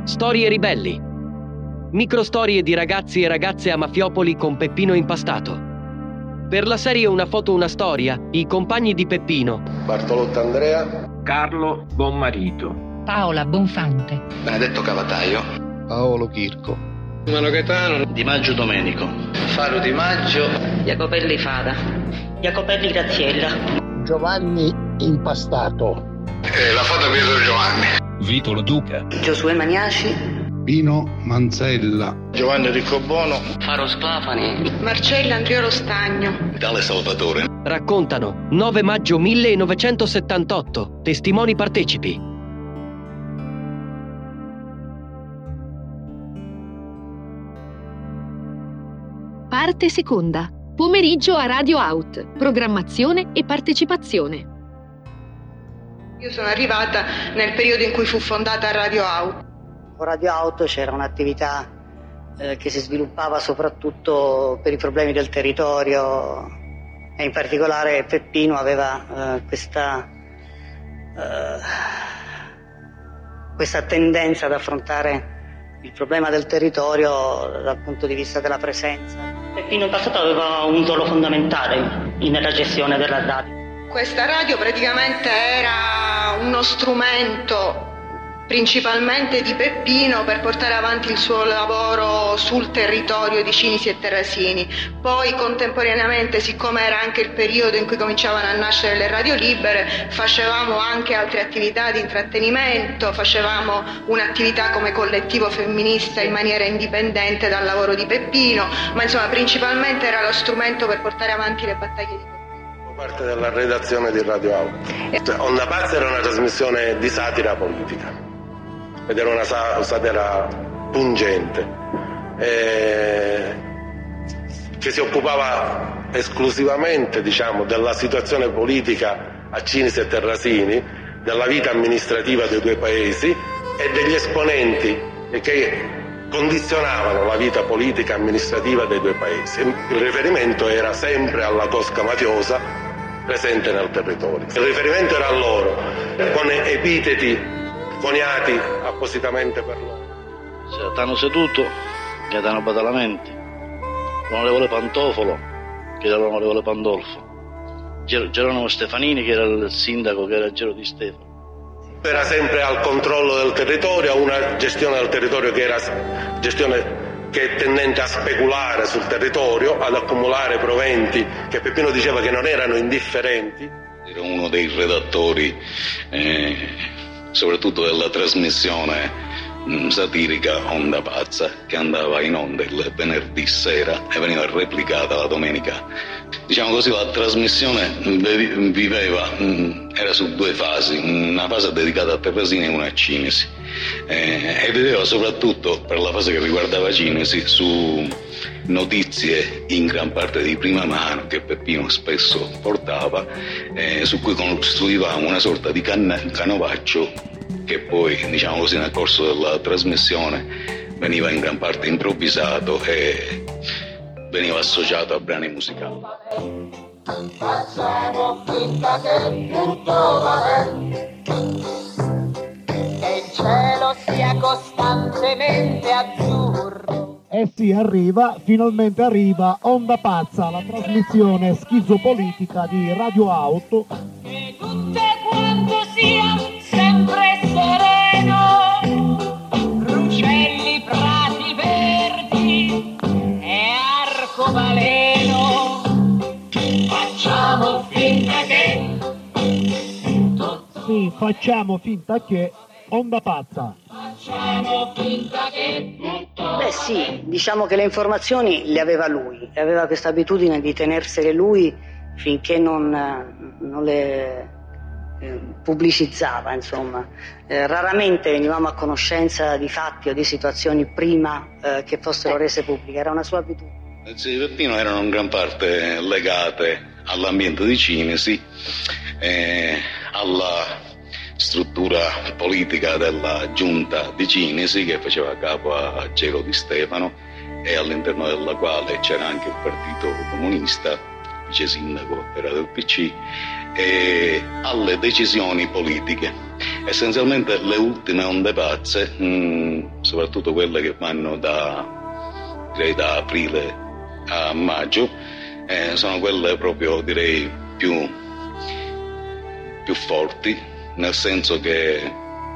Storie ribelli. Microstorie di ragazzi e ragazze a Mafiopoli con Peppino Impastato. Per la serie Una foto, una storia, i compagni di Peppino: Bartolotto Andrea, Carlo Bonmarito, Paola Bonfante, Benedetto Cavataio, Paolo Chirco, Mano Gaetano, Di Maggio Domenico, Faro Di Maggio, Jacopelli Fada, Jacopelli Graziella, Giovanni Impastato, la foto Pietro Giovanni, Vito Lo Duca, Giosuè Magnaci, Pino Manzella, Giovanni Riccobono, Faro Sclafani, Marcella Andriolo Stagno, Vitale Salvatore. Raccontano 9 maggio 1978. Testimoni partecipi. Parte seconda. Pomeriggio a Radio Out. Programmazione e partecipazione. Io sono arrivata nel periodo in cui fu fondata Radio Out. Con Radio Out c'era un'attività che si sviluppava soprattutto per i problemi del territorio e in particolare Peppino aveva questa tendenza ad affrontare il problema del territorio dal punto di vista della presenza. Peppino in passato aveva un ruolo fondamentale nella gestione della radio. Questa radio praticamente era uno strumento principalmente di Peppino per portare avanti il suo lavoro sul territorio di Cinisi e Terrasini. Poi contemporaneamente, siccome era anche il periodo in cui cominciavano a nascere le radio libere, facevamo anche altre attività di intrattenimento, facevamo un'attività come collettivo femminista in maniera indipendente dal lavoro di Peppino, ma insomma principalmente era lo strumento per portare avanti le battaglie di Peppino. Parte della redazione di Radio Out. Onda Pazza era una trasmissione di satira politica ed era una satira pungente che si occupava esclusivamente, diciamo, della situazione politica a Cinisi e Terrasini, della vita amministrativa dei due paesi e degli esponenti che condizionavano la vita politica amministrativa dei due paesi. Il riferimento era sempre alla cosca mafiosa presente nel territorio. Il riferimento era a loro, con epiteti coniati appositamente per loro. Stanno seduto, che danno badalamenti, l'onorevole Pantofolo, che era l'onorevole Pandolfo, Geronimo Stefanini, che era il sindaco, che era Gero Di Stefano. Era sempre al controllo del territorio, una gestione del territorio che era gestione che è tendente a speculare sul territorio, ad accumulare proventi che Peppino diceva che non erano indifferenti. Era uno dei redattori, soprattutto della trasmissione satirica Onda Pazza, che andava in onda il venerdì sera e veniva replicata la domenica. Diciamo così, la trasmissione viveva, era su due fasi, una fase dedicata a Terrasini e una a Cinisi, e viveva soprattutto, per la fase che riguardava Cinisi, su notizie in gran parte di prima mano che Peppino spesso portava, su cui costruivamo una sorta di canovaccio che poi, diciamo così, nel corso della trasmissione veniva in gran parte improvvisato e veniva associato a brani musicali. Facciamo finta che tutto va bene, che il cielo sia costantemente azzurro. Eh sì, finalmente arriva Onda Pazza, la trasmissione schizopolitica di Radio Out. Che tutte quanto sia sempre sereno, ruscelli, prati verdi e arcobaleno. Facciamo finta che Sì, facciamo finta che Onda Pazza. Facciamo finta che Beh sì, diciamo che le informazioni le aveva lui, aveva questa abitudine di tenersele lui finché non le pubblicizzava, insomma. Raramente venivamo a conoscenza di fatti o di situazioni prima che fossero rese pubbliche, era una sua abitudine. Le zii di Peppino erano in gran parte legate all'ambiente di Cinisi, alla struttura politica della giunta di Cinisi, che faceva capo a Gero Di Stefano e all'interno della quale c'era anche il Partito Comunista, vice sindaco era del PC, e alle decisioni politiche. Essenzialmente le ultime Onde Pazze soprattutto quelle che vanno da aprile a maggio, sono quelle proprio, direi, più forti, nel senso che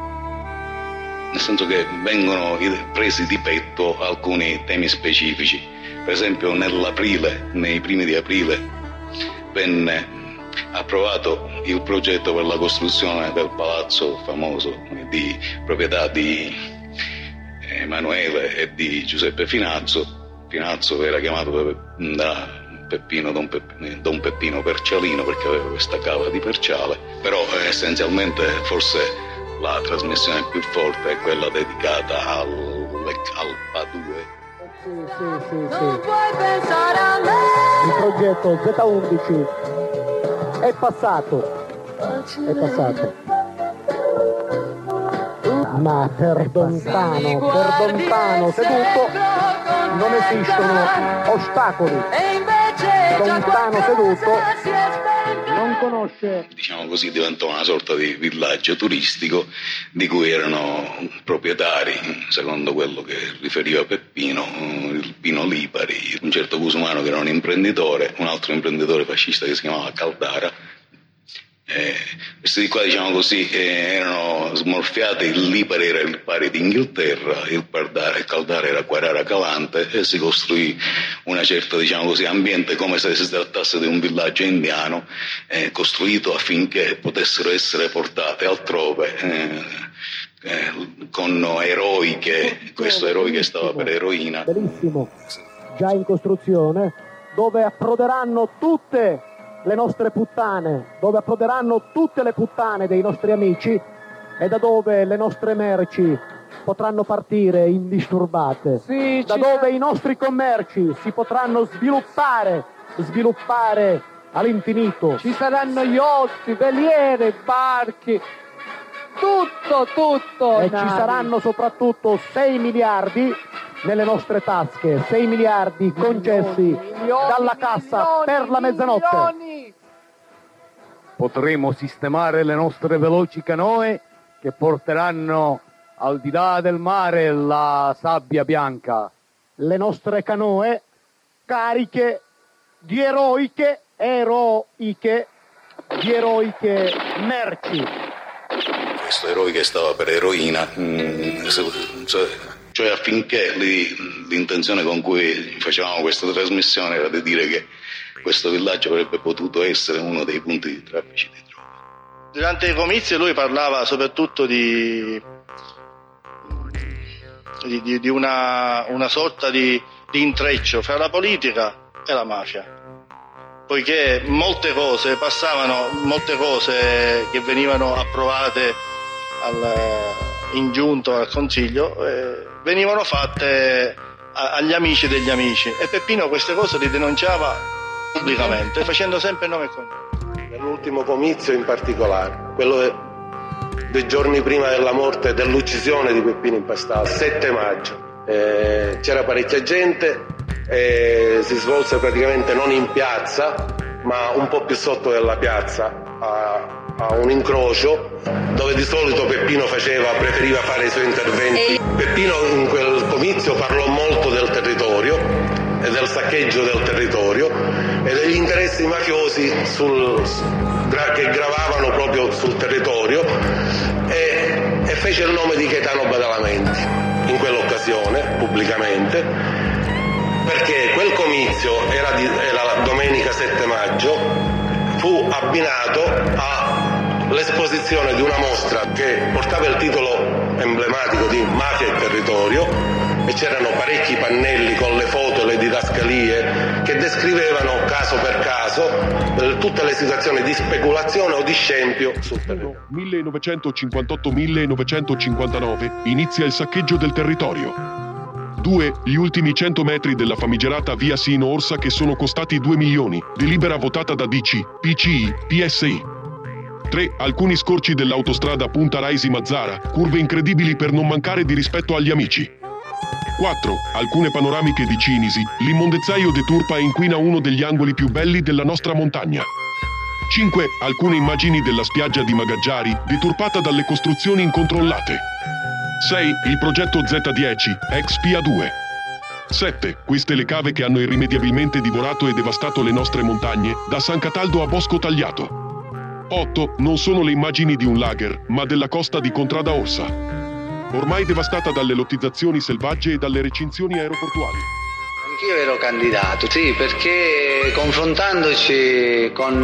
vengono presi di petto alcuni temi specifici. Per esempio nei primi di aprile, venne approvato il progetto per la costruzione del palazzo famoso di proprietà di Emanuele e di Giuseppe Finazzo. Finazzo era chiamato da Peppino Don Peppino Percialino perché aveva questa cava di perciale, però essenzialmente forse la trasmissione più forte è quella dedicata al PA2. Sì. Non puoi pensare a me. Il progetto Z11 è passato. Ma per Dontano seduto non esistono ostacoli. Dontano seduto non conosce. Diciamo così, diventò una sorta di villaggio turistico di cui erano proprietari, secondo quello che riferiva Peppino, il Pino Lipari, un certo Cusumano che era un imprenditore, un altro imprenditore fascista che si chiamava Caldara. Questi qua, diciamo così, erano smorfiati. Il Lipari era il pari d'Inghilterra, il Caldara era Quarara Calante, e si costruì una certa, diciamo così, ambiente come se si trattasse di un villaggio indiano, costruito affinché potessero essere portate altrove con questo eroi che stava per eroina. Bellissimo, già in costruzione, dove approderanno tutte le nostre puttane, dove approderanno tutte le puttane dei nostri amici e da dove le nostre merci potranno partire indisturbate, dove i nostri commerci si potranno sviluppare all'infinito. Ci saranno yacht, veliere, barchi, tutto. E ci saranno soprattutto 6 miliardi nelle nostre tasche, 6 miliardi concessi dalla cassa per la mezzanotte. Potremo sistemare le nostre veloci canoe che porteranno al di là del mare la sabbia bianca. Le nostre canoe cariche di eroiche merci. Questo eroe che stava per eroina, cioè affinché l'intenzione con cui facevamo questa trasmissione era di dire che questo villaggio avrebbe potuto essere uno dei punti di traffici di droga. Durante i comizi lui parlava soprattutto di una sorta di intreccio fra la politica e la mafia, poiché molte cose che venivano approvate in giunta al Consiglio venivano fatte agli amici degli amici, e Peppino queste cose le denunciava pubblicamente, facendo sempre nome e cognome. Nell'ultimo comizio in particolare, quello dei giorni prima della morte, dell'uccisione di Peppino Impastato, 7 maggio, c'era parecchia gente, si svolse praticamente non in piazza ma un po' più sotto della piazza, a un incrocio dove di solito Peppino preferiva fare i suoi interventi. Peppino in quel comizio parlò molto del territorio e del saccheggio del territorio e degli interessi mafiosi che gravavano proprio sul territorio, e fece il nome di Gaetano Badalamenti in quell'occasione pubblicamente, perché quel comizio era la domenica 7 maggio, fu abbinato all'esposizione di una mostra che portava il titolo emblematico di Mafia e Territorio, e c'erano parecchi pannelli con le foto e le didascalie che descrivevano caso per caso tutte le situazioni di speculazione o di scempio sul territorio. 1958-1959 inizia il saccheggio del territorio. 2. Gli ultimi 100 metri della famigerata via Sino Orsa che sono costati 2 milioni, delibera votata da DC, PCI, PSI. 3. Alcuni scorci dell'autostrada Punta Raisi-Mazzara, curve incredibili per non mancare di rispetto agli amici. 4. Alcune panoramiche di Cinisi, l'immondezzaio deturpa e inquina uno degli angoli più belli della nostra montagna. 5. Alcune immagini della spiaggia di Magaggiari, deturpata dalle costruzioni incontrollate. 6. Il progetto Z10, ex Pia 2. 7. Queste le cave che hanno irrimediabilmente divorato e devastato le nostre montagne, da San Cataldo a Bosco Tagliato. 8. Non sono le immagini di un lager, ma della costa di Contrada Orsa, ormai devastata dalle lottizzazioni selvagge e dalle recinzioni aeroportuali. Anch'io ero candidato, sì, perché confrontandoci con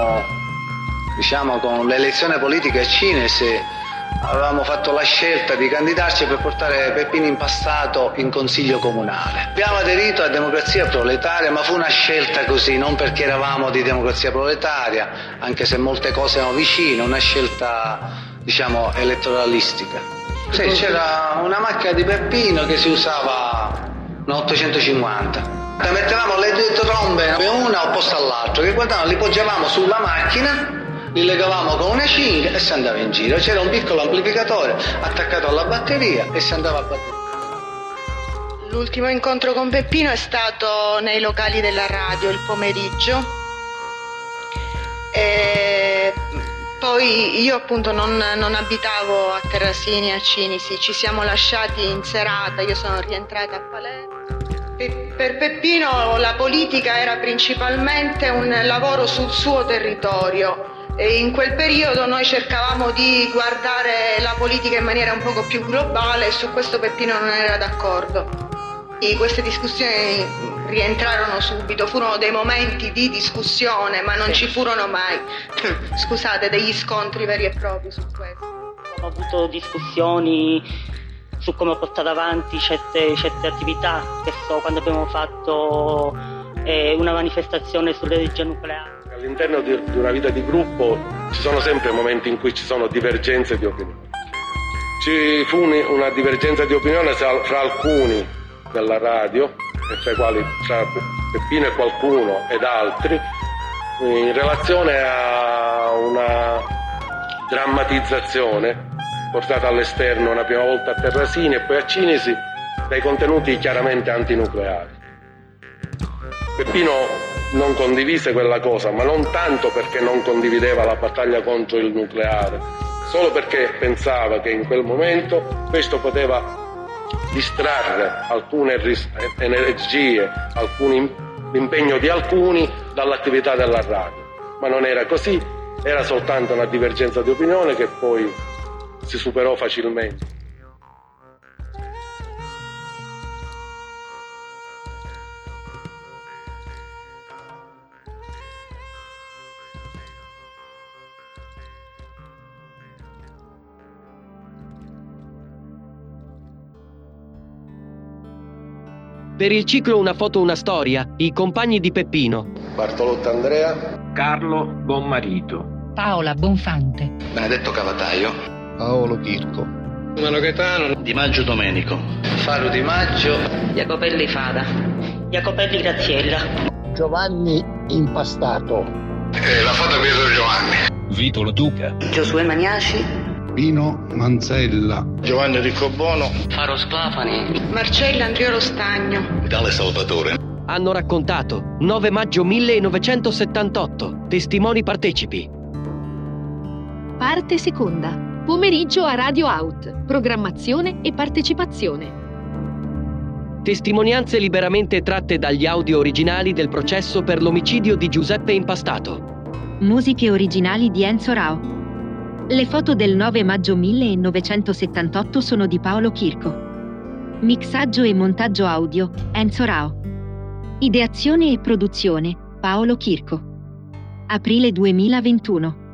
l'elezione politica a Cinisi, avevamo fatto la scelta di candidarci per portare Peppino Impastato in consiglio comunale. Abbiamo aderito a Democrazia Proletaria, ma fu una scelta così, non perché eravamo di Democrazia Proletaria, anche se molte cose erano vicine, una scelta, elettoralistica. Sì, c'era una macchina di Peppino che si usava una 850. Mettevamo le due trombe, una opposta all'altra, che guardavano, li poggiavamo sulla macchina, li legavamo con una cinghia e si andava in giro. C'era un piccolo amplificatore attaccato alla batteria e si andava a battere. L'ultimo incontro con Peppino è stato nei locali della radio il pomeriggio. E poi io appunto non abitavo a Terrasini, a Cinisi, ci siamo lasciati in serata, io sono rientrata a Palermo. Per Peppino la politica era principalmente un lavoro sul suo territorio. E in quel periodo noi cercavamo di guardare la politica in maniera un poco più globale e su questo Peppino non era d'accordo. E queste discussioni rientrarono subito, furono dei momenti di discussione, ma non ci furono mai, degli scontri veri e propri su questo. Abbiamo avuto discussioni su come portare avanti certe attività, che quando abbiamo fatto una manifestazione sull'energia nucleare. All'interno di una vita di gruppo ci sono sempre momenti in cui ci sono divergenze di opinione. Ci fu una divergenza di opinione fra alcuni della radio, tra i quali tra Peppino e qualcuno ed altri, in relazione a una drammatizzazione portata all'esterno una prima volta a Terrasini e poi a Cinisi dai contenuti chiaramente antinucleari. Peppino non condivise quella cosa, ma non tanto perché non condivideva la battaglia contro il nucleare, solo perché pensava che in quel momento questo poteva distrarre alcune energie, l'impegno di alcuni dall'attività della radio. Ma non era così, era soltanto una divergenza di opinione che poi si superò facilmente. Per il ciclo Una foto, una storia, i compagni di Peppino: Bartolotto Andrea, Carlo Bonmarito, Paola Bonfante, Benedetto Cavataio, Paolo Chirco, Romano Gaetano, Di Maggio Domenico, Faro Di Maggio, Jacopelli Fada, Jacopelli Graziella, Giovanni Impastato, La foto Pietro Giovanni, Vito Lo Duca, Giosuè Maniaci, Pino Manzella, Giovanni Riccobono, Faro Sclafani, Marcella Andriolo Stagno, Vitale Salvatore. Hanno raccontato 9 maggio 1978. Testimoni partecipi. Parte seconda. Pomeriggio a Radio Out. Programmazione e partecipazione. Testimonianze liberamente tratte dagli audio originali del processo per l'omicidio di Giuseppe Impastato. Musiche originali di Enzo Rao. Le foto del 9 maggio 1978 sono di Paolo Chirco. Mixaggio e montaggio audio Enzo Rao. Ideazione e produzione Paolo Chirco. Aprile 2021.